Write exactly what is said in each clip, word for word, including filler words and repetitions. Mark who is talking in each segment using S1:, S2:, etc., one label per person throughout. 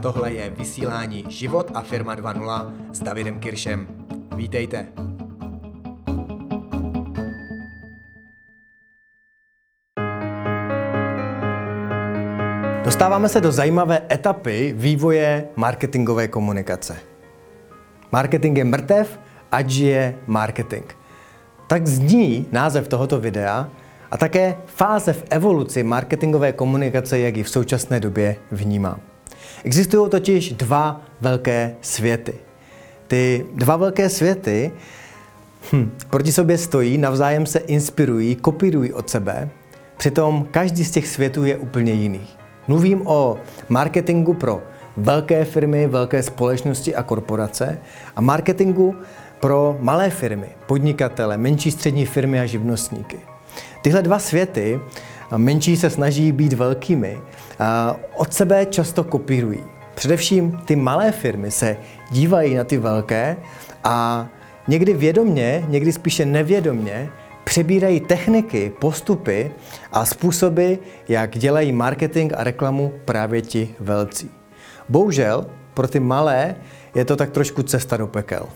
S1: tohle je vysílání Život a firma dva tečka nula s Davidem Kiršem. Vítejte. Dostáváme se do zajímavé etapy vývoje marketingové komunikace. Marketing je mrtev, ať žije marketing. Tak zní název tohoto videa a také fáze v evoluci marketingové komunikace, jak ji v současné době vnímám. Existují totiž dva velké světy. Ty dva velké světy hm, proti sobě stojí, navzájem se inspirují, kopírují od sebe, přitom každý z těch světů je úplně jiný. Mluvím o marketingu pro velké firmy, velké společnosti a korporace a marketingu pro malé firmy, podnikatele, menší střední firmy a živnostníky. Tyhle dva světy, menší se snaží být velkými, od sebe často kopírují. Především ty malé firmy se dívají na ty velké a někdy vědomně, někdy spíše nevědomně přebírají techniky, postupy a způsoby, jak dělají marketing a reklamu právě ti velcí. Bohužel pro ty malé je to tak trošku cesta do pekel.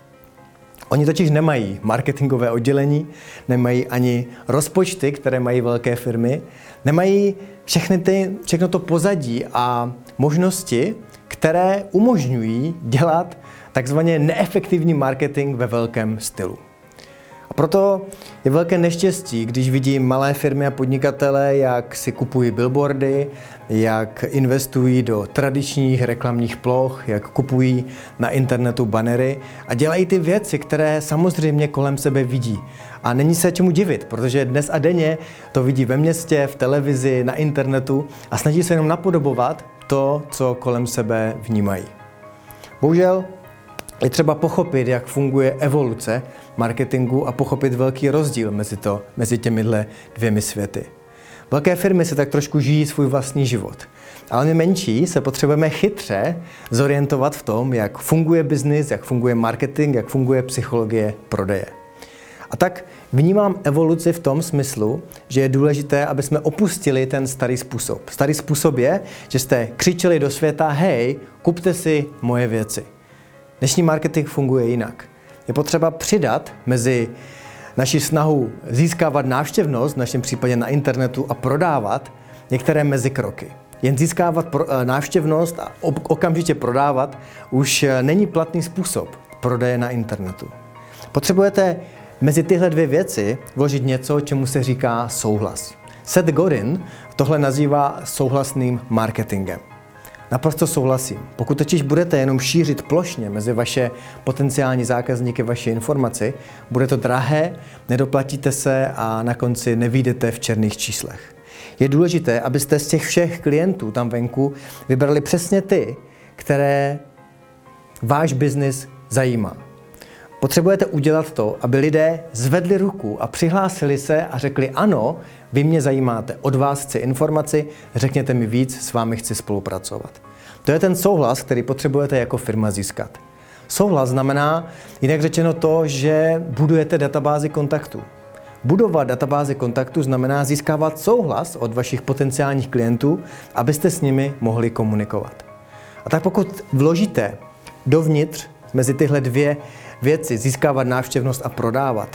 S1: Oni totiž nemají marketingové oddělení, nemají ani rozpočty, které mají velké firmy, nemají všechny ty, všechno to pozadí a možnosti, které umožňují dělat takzvaně neefektivní marketing ve velkém stylu. A proto je velké neštěstí, když vidím malé firmy a podnikatele, jak si kupují billboardy, jak investují do tradičních reklamních ploch, jak kupují na internetu bannery a dělají ty věci, které samozřejmě kolem sebe vidí. A není se čemu divit, protože dnes a denně to vidí ve městě, v televizi, na internetu a snaží se jenom napodobovat to, co kolem sebe vnímají. Bohužel je třeba pochopit, jak funguje evoluce marketingu a pochopit velký rozdíl mezi, to, mezi těmihle dvěmi světy. Velké firmy se tak trošku žijí svůj vlastní život, ale my menší se potřebujeme chytře zorientovat v tom, jak funguje biznis, jak funguje marketing, jak funguje psychologie prodeje. A tak vnímám evoluci v tom smyslu, že je důležité, aby jsme opustili ten starý způsob. Starý způsob je, že jste křičeli do světa, hej, kupte si moje věci. Dnešní marketing funguje jinak. Je potřeba přidat mezi naši snahu získávat návštěvnost, v našem případě na internetu, a prodávat některé mezikroky. Jen získávat návštěvnost a okamžitě prodávat už není platný způsob prodeje na internetu. Potřebujete mezi tyhle dvě věci vložit něco, čemu se říká souhlas. Seth Godin tohle nazývá souhlasným marketingem. Naprosto souhlasím. Pokud totiž budete jenom šířit plošně mezi vaše potenciální zákazníky vaše informaci, bude to drahé, nedoplatíte se a na konci nevyjdete v černých číslech. Je důležité, abyste z těch všech klientů tam venku vybrali přesně ty, které váš biznis zajímá. Potřebujete udělat to, aby lidé zvedli ruku a přihlásili se a řekli ano, vy mě zajímáte, od vás chci informaci, řekněte mi víc, s vámi chci spolupracovat. To je ten souhlas, který potřebujete jako firma získat. Souhlas znamená, jinak řečeno to, že budujete databázi kontaktů. Budovat databázi kontaktů znamená získávat souhlas od vašich potenciálních klientů, abyste s nimi mohli komunikovat. A tak pokud vložíte dovnitř mezi tyhle dvě věci, získávat návštěvnost a prodávat,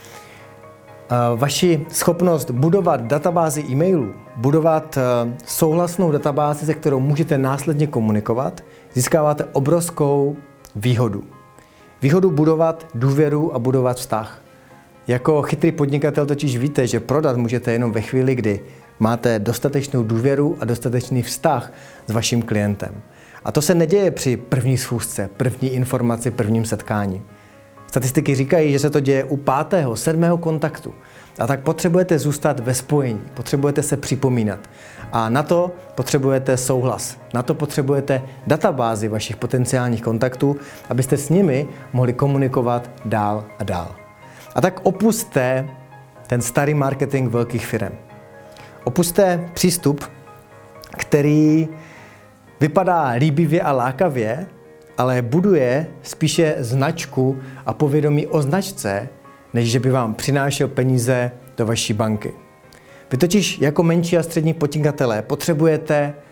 S1: vaši schopnost budovat databázi e-mailů, budovat souhlasnou databázi, se kterou můžete následně komunikovat, získáváte obrovskou výhodu. Výhodu budovat důvěru a budovat vztah. Jako chytrý podnikatel totiž víte, že prodat můžete jenom ve chvíli, kdy máte dostatečnou důvěru a dostatečný vztah s vaším klientem. A to se neděje při první schůzce, první informaci, prvním setkání. Statistiky říkají, že se to děje u pátého, sedmého kontaktu. A tak potřebujete zůstat ve spojení, potřebujete se připomínat. A na to potřebujete souhlas, na to potřebujete databázi vašich potenciálních kontaktů, abyste s nimi mohli komunikovat dál a dál. A tak opusťte ten starý marketing velkých firem. Opusťte přístup, který vypadá líbivě a lákavě, ale buduje spíše značku a povědomí o značce, než že by vám přinášel peníze do vaší banky. Vy totiž jako menší a střední podnikatelé potřebujete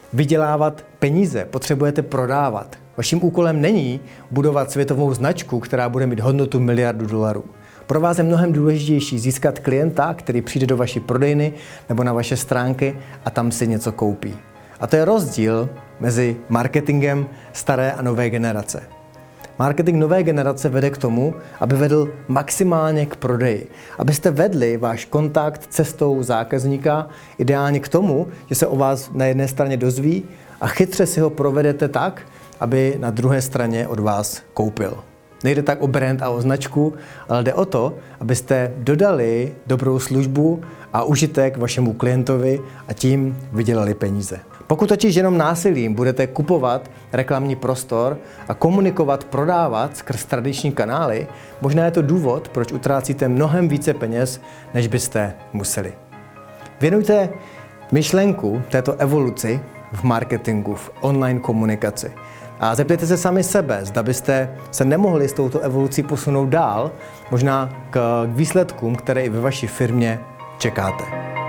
S1: vydělávat peníze, potřebujete prodávat. Vaším úkolem není budovat světovou značku, která bude mít hodnotu miliardu dolarů. Pro vás je mnohem důležitější získat klienta, který přijde do vaší prodejny nebo na vaše stránky a tam si něco koupí. A to je rozdíl mezi marketingem staré a nové generace. Marketing nové generace vede k tomu, aby vedl maximálně k prodeji. Abyste vedli váš kontakt cestou zákazníka ideálně k tomu, že se o vás na jedné straně dozví a chytře si ho provedete tak, aby na druhé straně od vás koupil. Nejde tak o brand a o značku, ale jde o to, abyste dodali dobrou službu a užitek vašemu klientovi a tím vydělali peníze. Pokud totiž jenom násilím budete kupovat reklamní prostor a komunikovat, prodávat skrz tradiční kanály, možná je to důvod, proč utrácíte mnohem více peněz, než byste museli. Věnujte myšlenku této evoluci v marketingu, v online komunikaci. A zeptejte se sami sebe, zda byste se nemohli s touto evolucí posunout dál, možná k výsledkům, které i ve vaší firmě čekáte.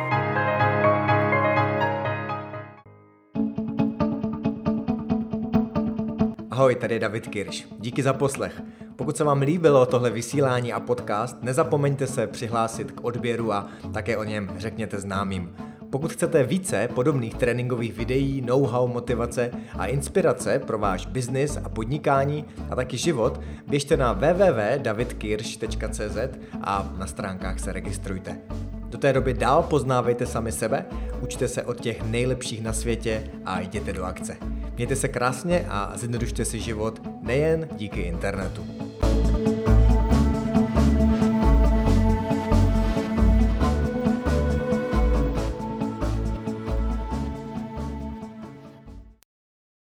S1: Ahoj, tady je David Kirš. Díky za poslech. Pokud se vám líbilo tohle vysílání a podcast, nezapomeňte se přihlásit k odběru a také o něm řekněte známým. Pokud chcete více podobných tréninkových videí, know-how, motivace a inspirace pro váš biznis a podnikání a taky život, běžte na w w w tečka david kirš tečka c z a na stránkách se registrujte. Do té doby dál poznávejte sami sebe, učte se od těch nejlepších na světě a jděte do akce. Mějte se krásně a zjednodušte si život nejen díky internetu.